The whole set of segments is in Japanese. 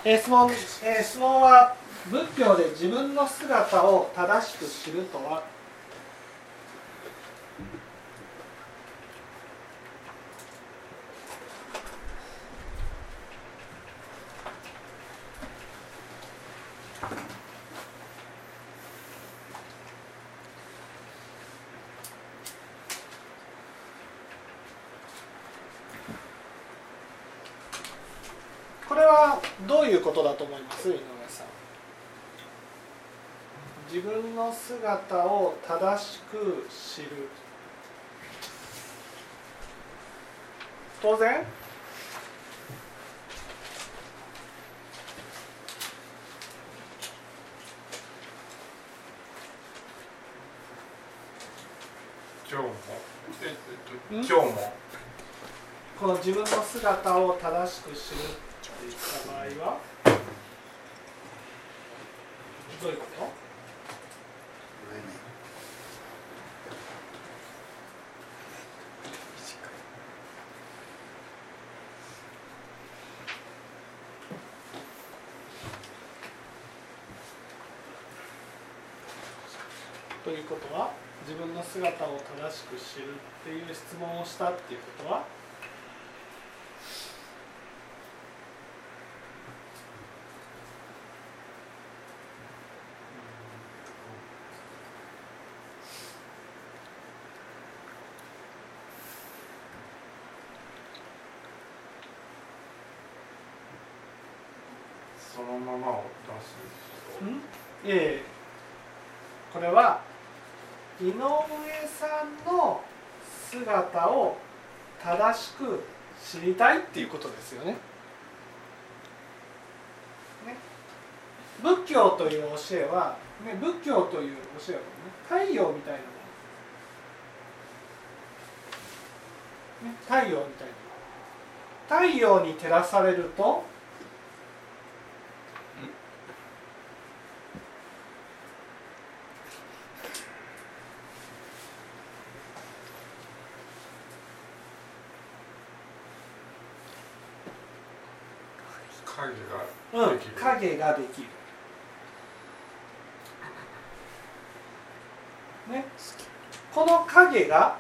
質問は仏教で自分の姿を正しく知るとは。これはどういうことだと思います、井上さん。自分の姿を正しく知る。当然今日もこの自分の姿を正しく知るっていった場合はどういうこと？ということは、自分の姿を正しく知るっていう質問をしたっていうことは、 そのままを出す。 これは井上さんの姿を正しく知りたいっていうことですよね。仏教という教えは、仏教という教えは、太陽みたいなもの、太陽みたいなもの。太陽に照らされると影ができる。ね、この影が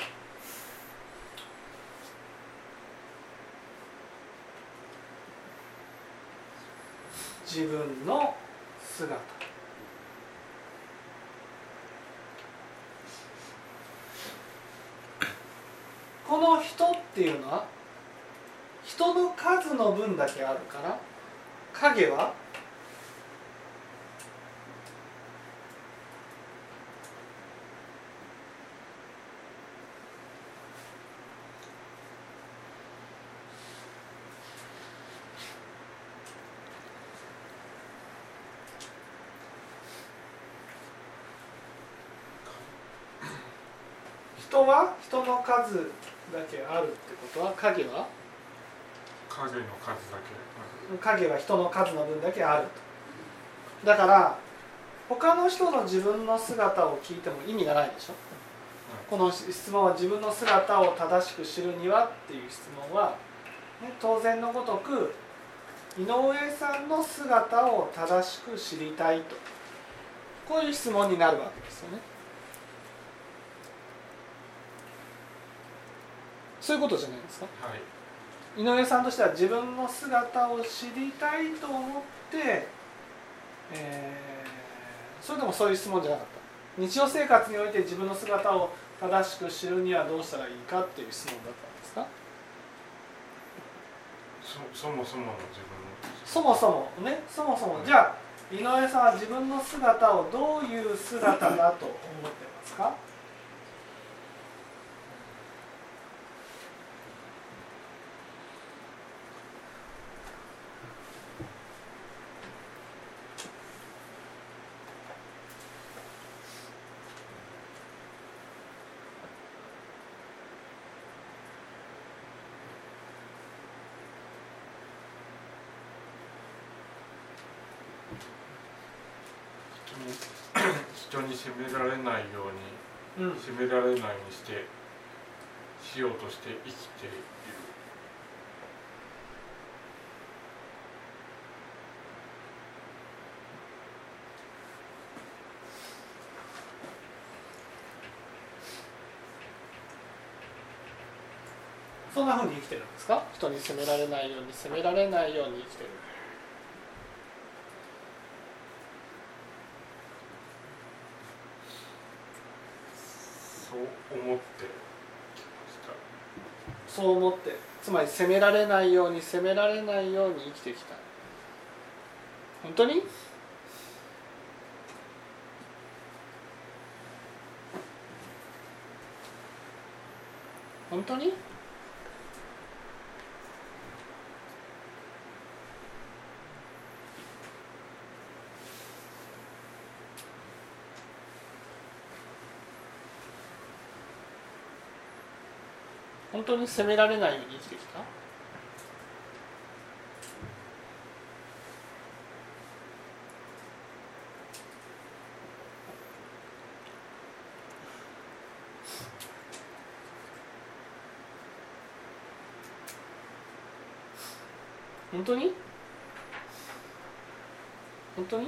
自分の姿。この人っていうのは人の数の分だけあるから影は人は人の数だけあるってことは影は影の数だけ影は人の数の分だけあると。だから他の人の自分の姿を聞いても意味がないでしょ。この質問は自分の姿を正しく知るにはっていう質問は、当然のごとく井上さんの姿を正しく知りたいと、こういう質問になるわけですよね。そういうことじゃないですか。 はい、 井上さんとしては自分の姿を知りたいと思って、それでもそういう質問じゃなかった。日常生活において自分の姿を正しく知るにはどうしたらいいかっていう質問だったんですか？ そもそもの自分のそもそもじゃあ井上さんは自分の姿をどういう姿だと思ってますか？ 人に責められないように、責められないようにしてしようとして生きている。 そんなふうに生きてるんですか？人に責められないように責められないように生きてる。 そう思ってきました。 そう思って、つまり責められないように責められないように生きてきた。本当に？本当に？本当に責められないように生きてきた？本当に？本当に？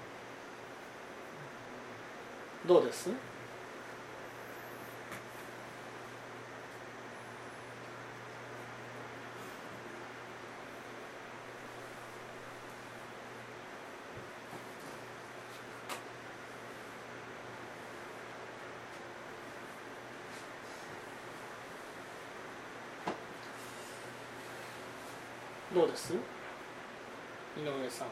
どうです？どうです？井上さん。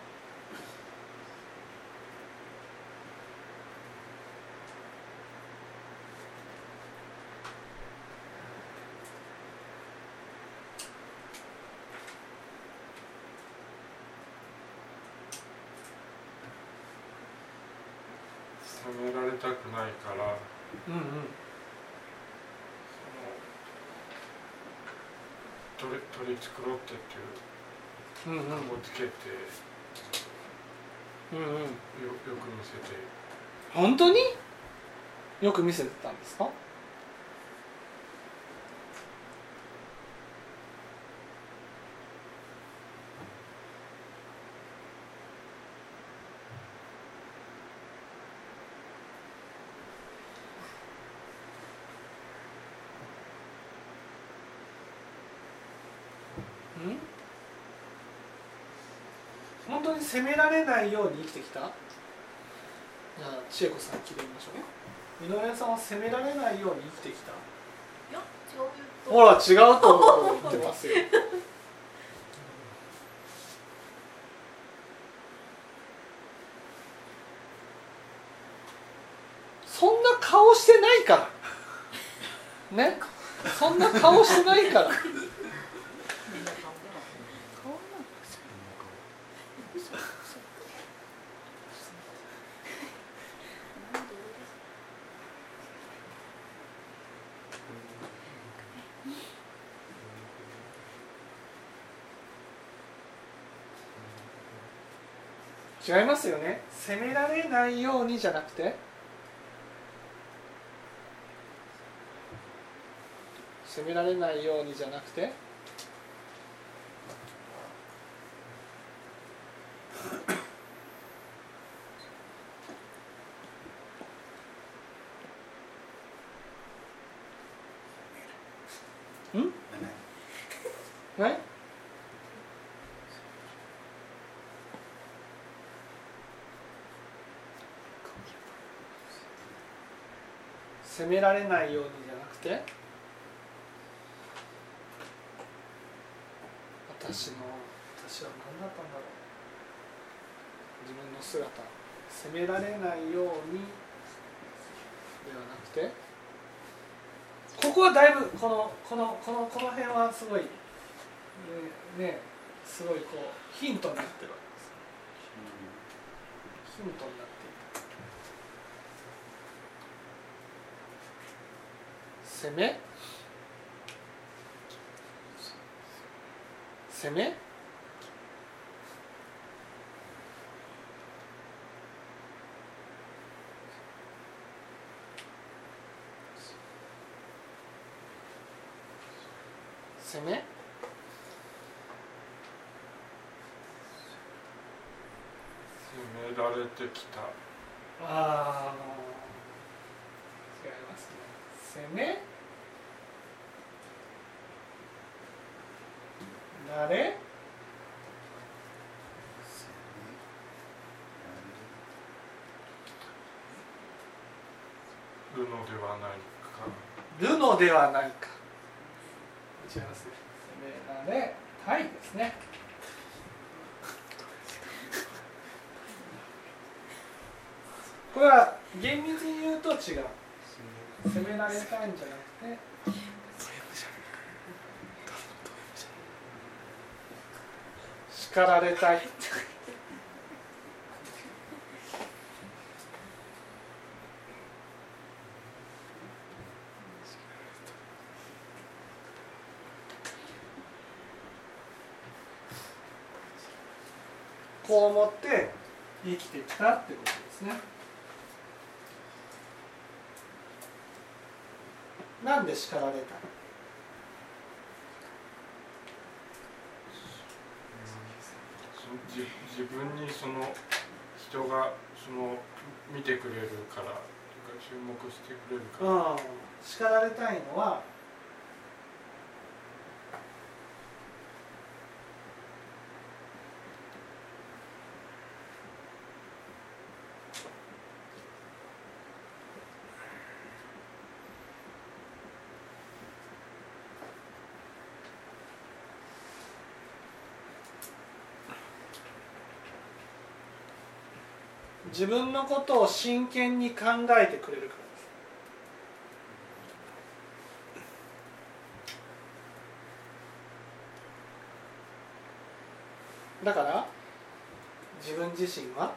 責められたくないから、 うんうん。 取り繕ってっていううんうん。 かごつけて、 うんうん。 よく見せて。 本当に？よく見せてたんですか？本当に責められないように生きてきた？じゃあ千恵子さん聞いてみましょう。井上さんは責められないように生きてきた？ いや、違うと。 ほら違うと言ってますよ。そんな顔してないからね。そんな顔してないから。違いますよね。責められないようにじゃなくて、責められないようにじゃなくて、ね、責められないようにじゃなくて、私は何だったんだろう。自分の姿、責められないようにではなくて、ここはだいぶこの辺はすごいね、すごいこうヒントになってるわけです。ヒントになっている。責め責め責め責められてきた。 ああ、違いますね。責められるのではないか。 るのではないか。違いますね。責められたいですね。これは厳密に言うと違う。責められたいんじゃなくて、叱られたい。こう思って生きてきたってことですね。なんで叱られた？ 自分にその人がその見てくれるから注目してくれるから、 叱られたいのは自分のことを真剣に考えてくれるからです。だから自分自身は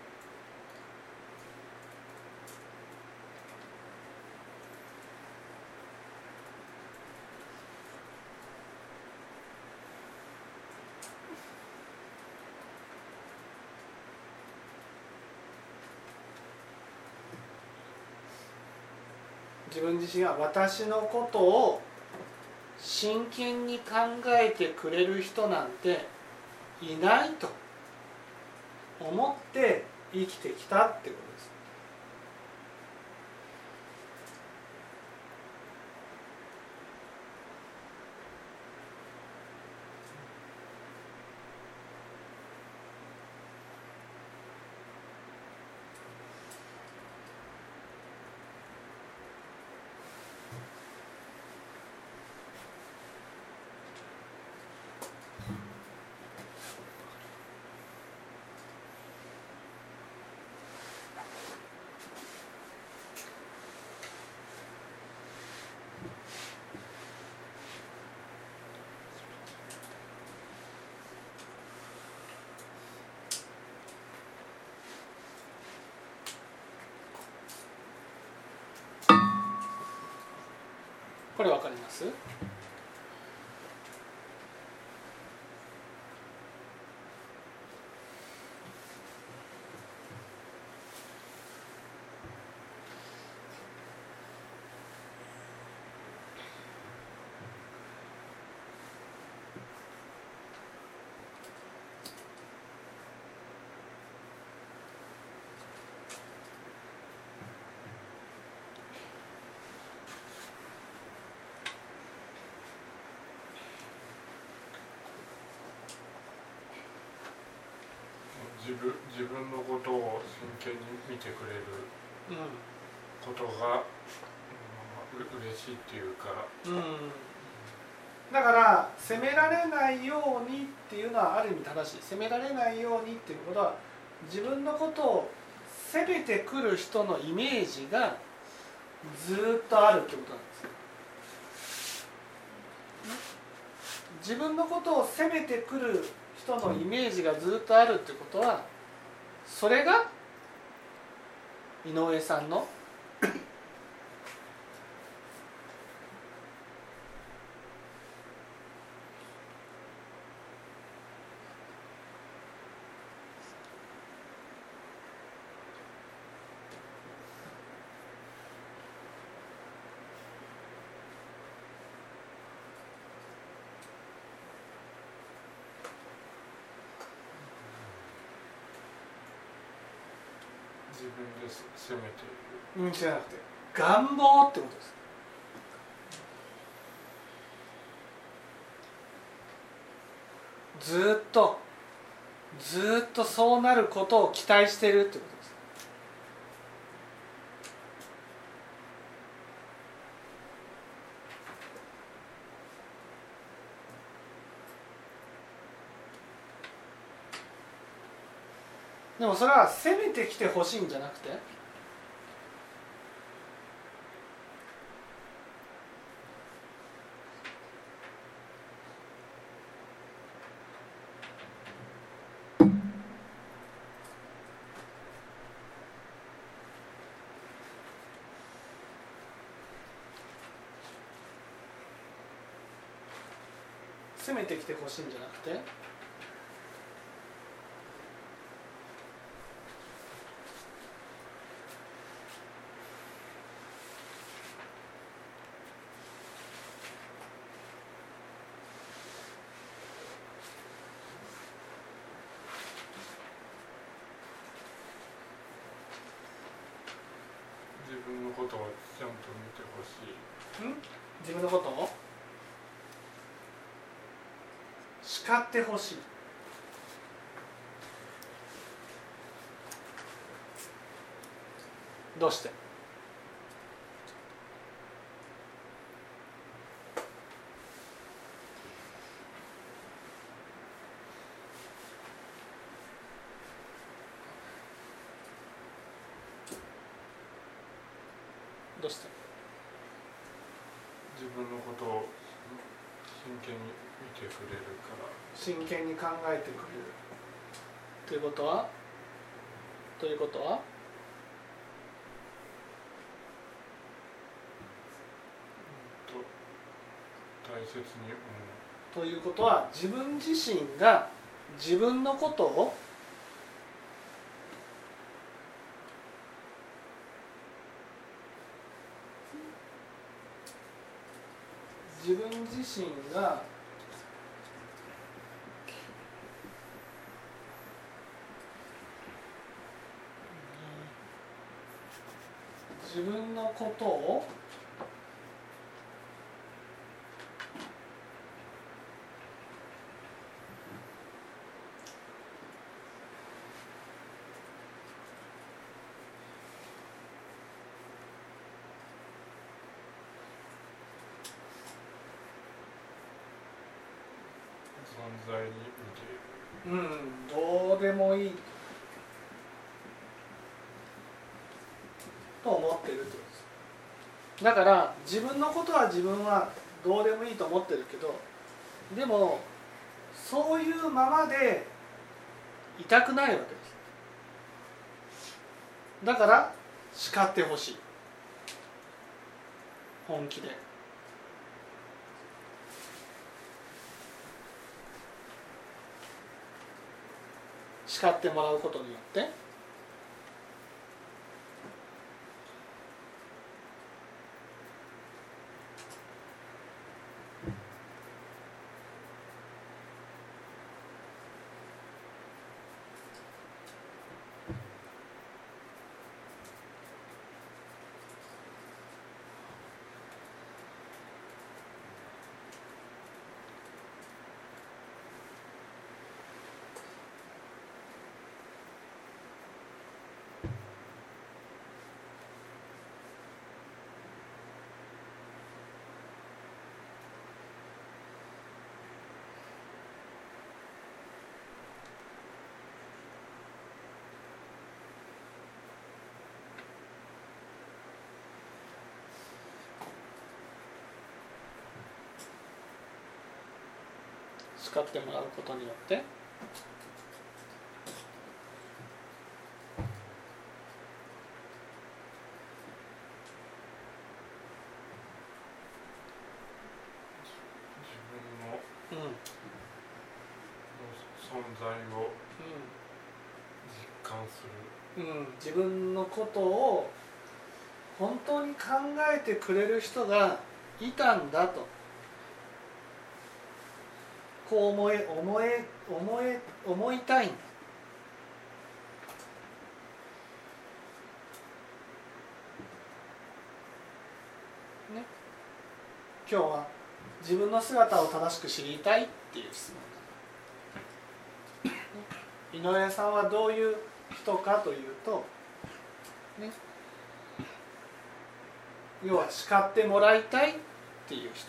私のことを真剣に考えてくれる人なんていないと思って生きてきたってことです。これわかります？ 自分のことを真剣に見てくれることが、嬉しいっていうか、 だから責められないようにっていうのはある意味正しい。責められないようにっていうことは自分のことを責めてくる人のイメージがずっとあるってことなんですよ。自分のことを責めてくる人のイメージがずっとあるってことは、それが井上さんの自分で責めている、 じゃなくて願望ってことです。 ずっとそうなることを期待しているってことです。でもそれは攻めてきてほしいんじゃなくて、攻めてきてほしいんじゃなくて、 自分のことをちゃんと見てほしい。 自分のことを叱ってほしい。どうして？どうして？ 自分のことを真剣に見てくれるから。 真剣に考えてくれるということは大切に思う。 ということは、自分自身が自分のことを自分自身が自分のことを存在に見ている。 どうでもいいと思っているってことです。だから自分のことは自分はどうでもいいと思ってるけど、でもそういうままでいたくないわけです。だから叱ってほしい、本気で。叱ってもらうことによって叱ってもらうことによって自分の存在を実感する。 自分のことを本当に考えてくれる人がいたんだと、こう思いたいんだ。ね、今日は自分の姿を正しく知りたいっていう質問。 井上さんはどういう人かというと、ね、要は叱ってもらいたいっていう人。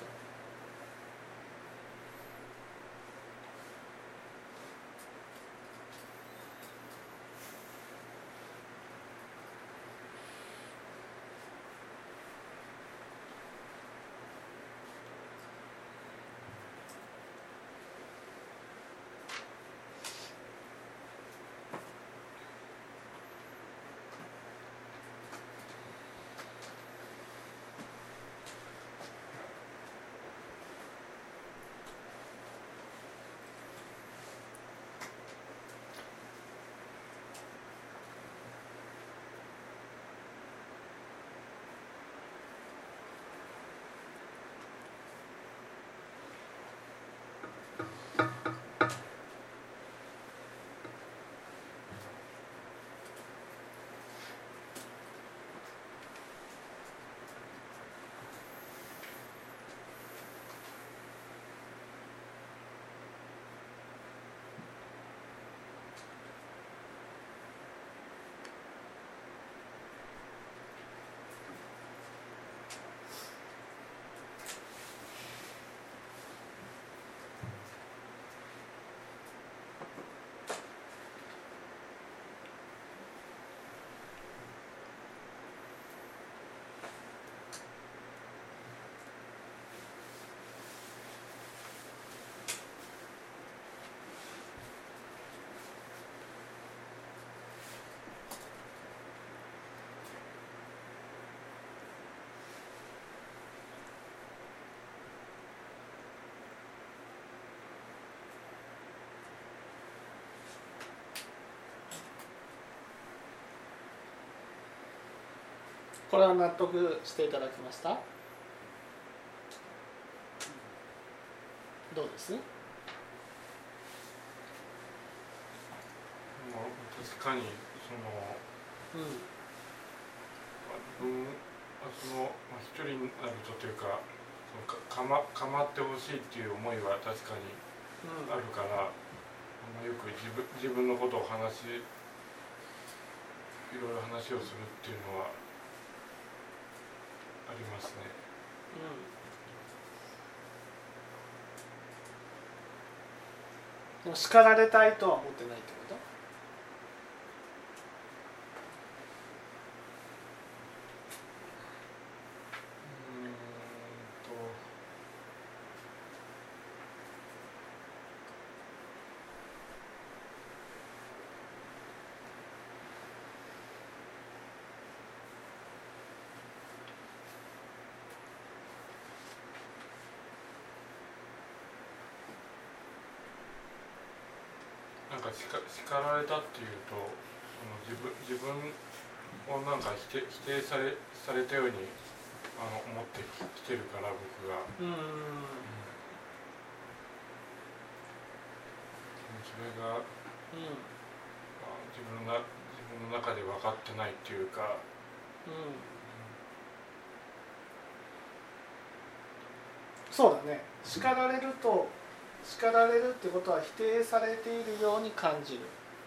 これは納得していただけました？どうです？ 確かに一人になるとというか、構ってほしいっていう思いは確かにあるから、よく自分のことをいろいろ話をするっていうのはありますね。 でも叱られたいとは思ってないってこと？ なんか叱られたっていうと、自分をなんか否定されたように思ってきてるから、僕が。それが、自分の中で分かってないっていうか、 そうだね。叱られるってことは否定されているように感じる。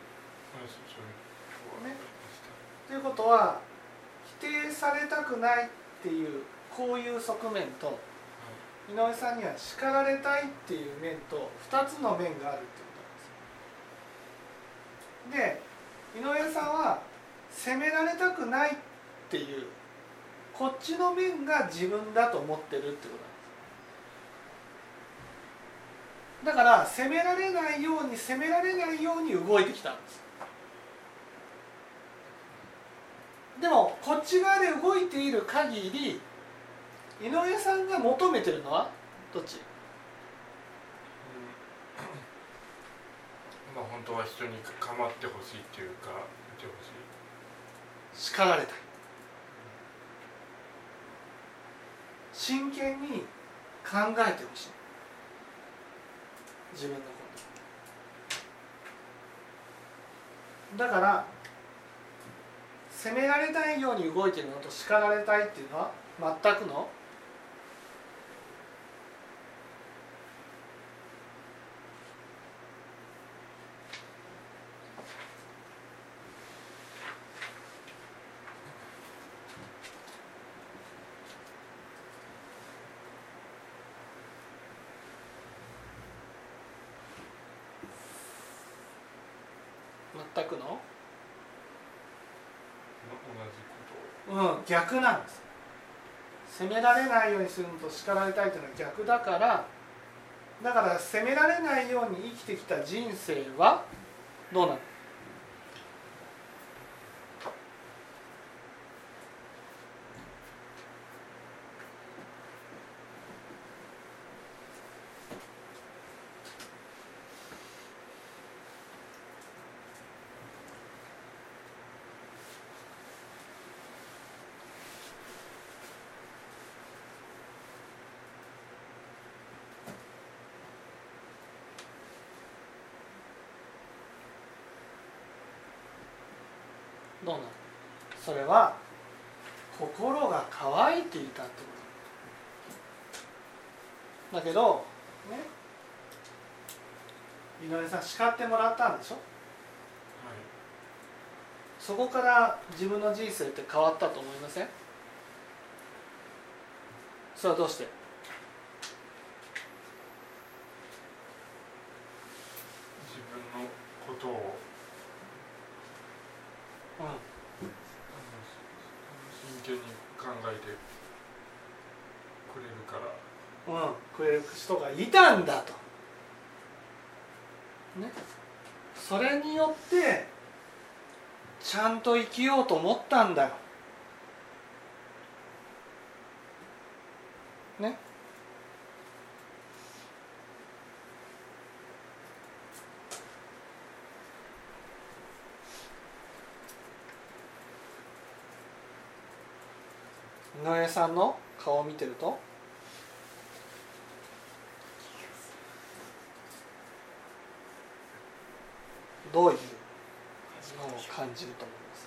ということは否定されたくないっていうこういう側面と、井上さんには叱られたいっていう面と2つの面があるってことなんです。で、井上さんは責められたくないっていうこっちの面が自分だと思ってるってことなんです。だから責められないように動いてきたんです。でもこっち側で動いている限り、井上さんが求めてるのはどっち？ 本当は人に構ってほしいっていうか、見てほしい。 叱られたい。真剣に考えてほしい。自分のこと。だから責められないように動いているのと叱られたいっていうのは全くの全くの同じ逆なんです。責められないようにするのと叱られたいというのは逆だから、責められないように生きてきた人生はどうなる？どうなる？それは心が乾いていたってことだけどね、井上さん叱ってもらったんでしょ。そこから自分の人生って変わったと思いません？それはどうして？ 自分のことを真剣に考えてくれるから、 くれる人がいたんだと、ね、それによってちゃんと生きようと思ったんだよ、ね。井上さんの顔を見てるとどういうのを感じると思います？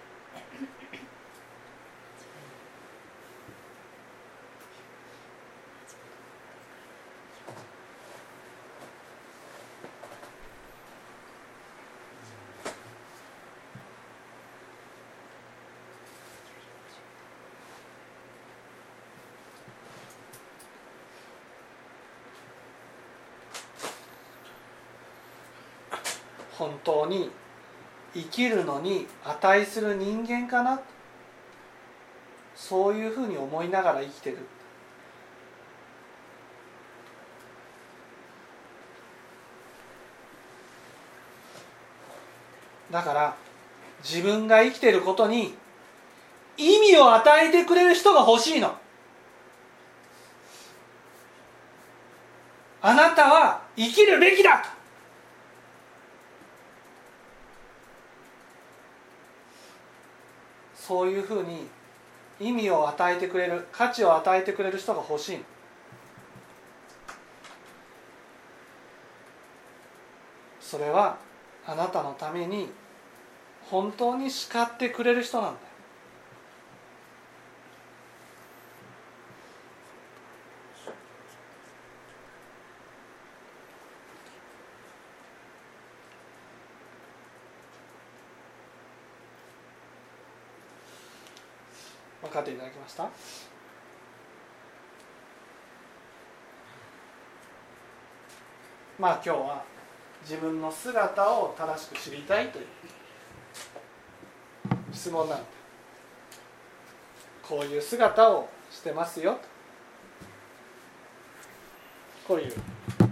本当に生きるのに値する人間かな、そういうふうに思いながら生きてる。だから自分が生きてることに意味を与えてくれる人が欲しいの。あなたは生きるべきだと。そういうふうに意味を与えてくれる、価値を与えてくれる人が欲しいの。それはあなたのために本当に叱ってくれる人なんだよ。分かっていただけました？今日は自分の姿を正しく知りたいという質問なんで、こういう姿をしてますよと、こういう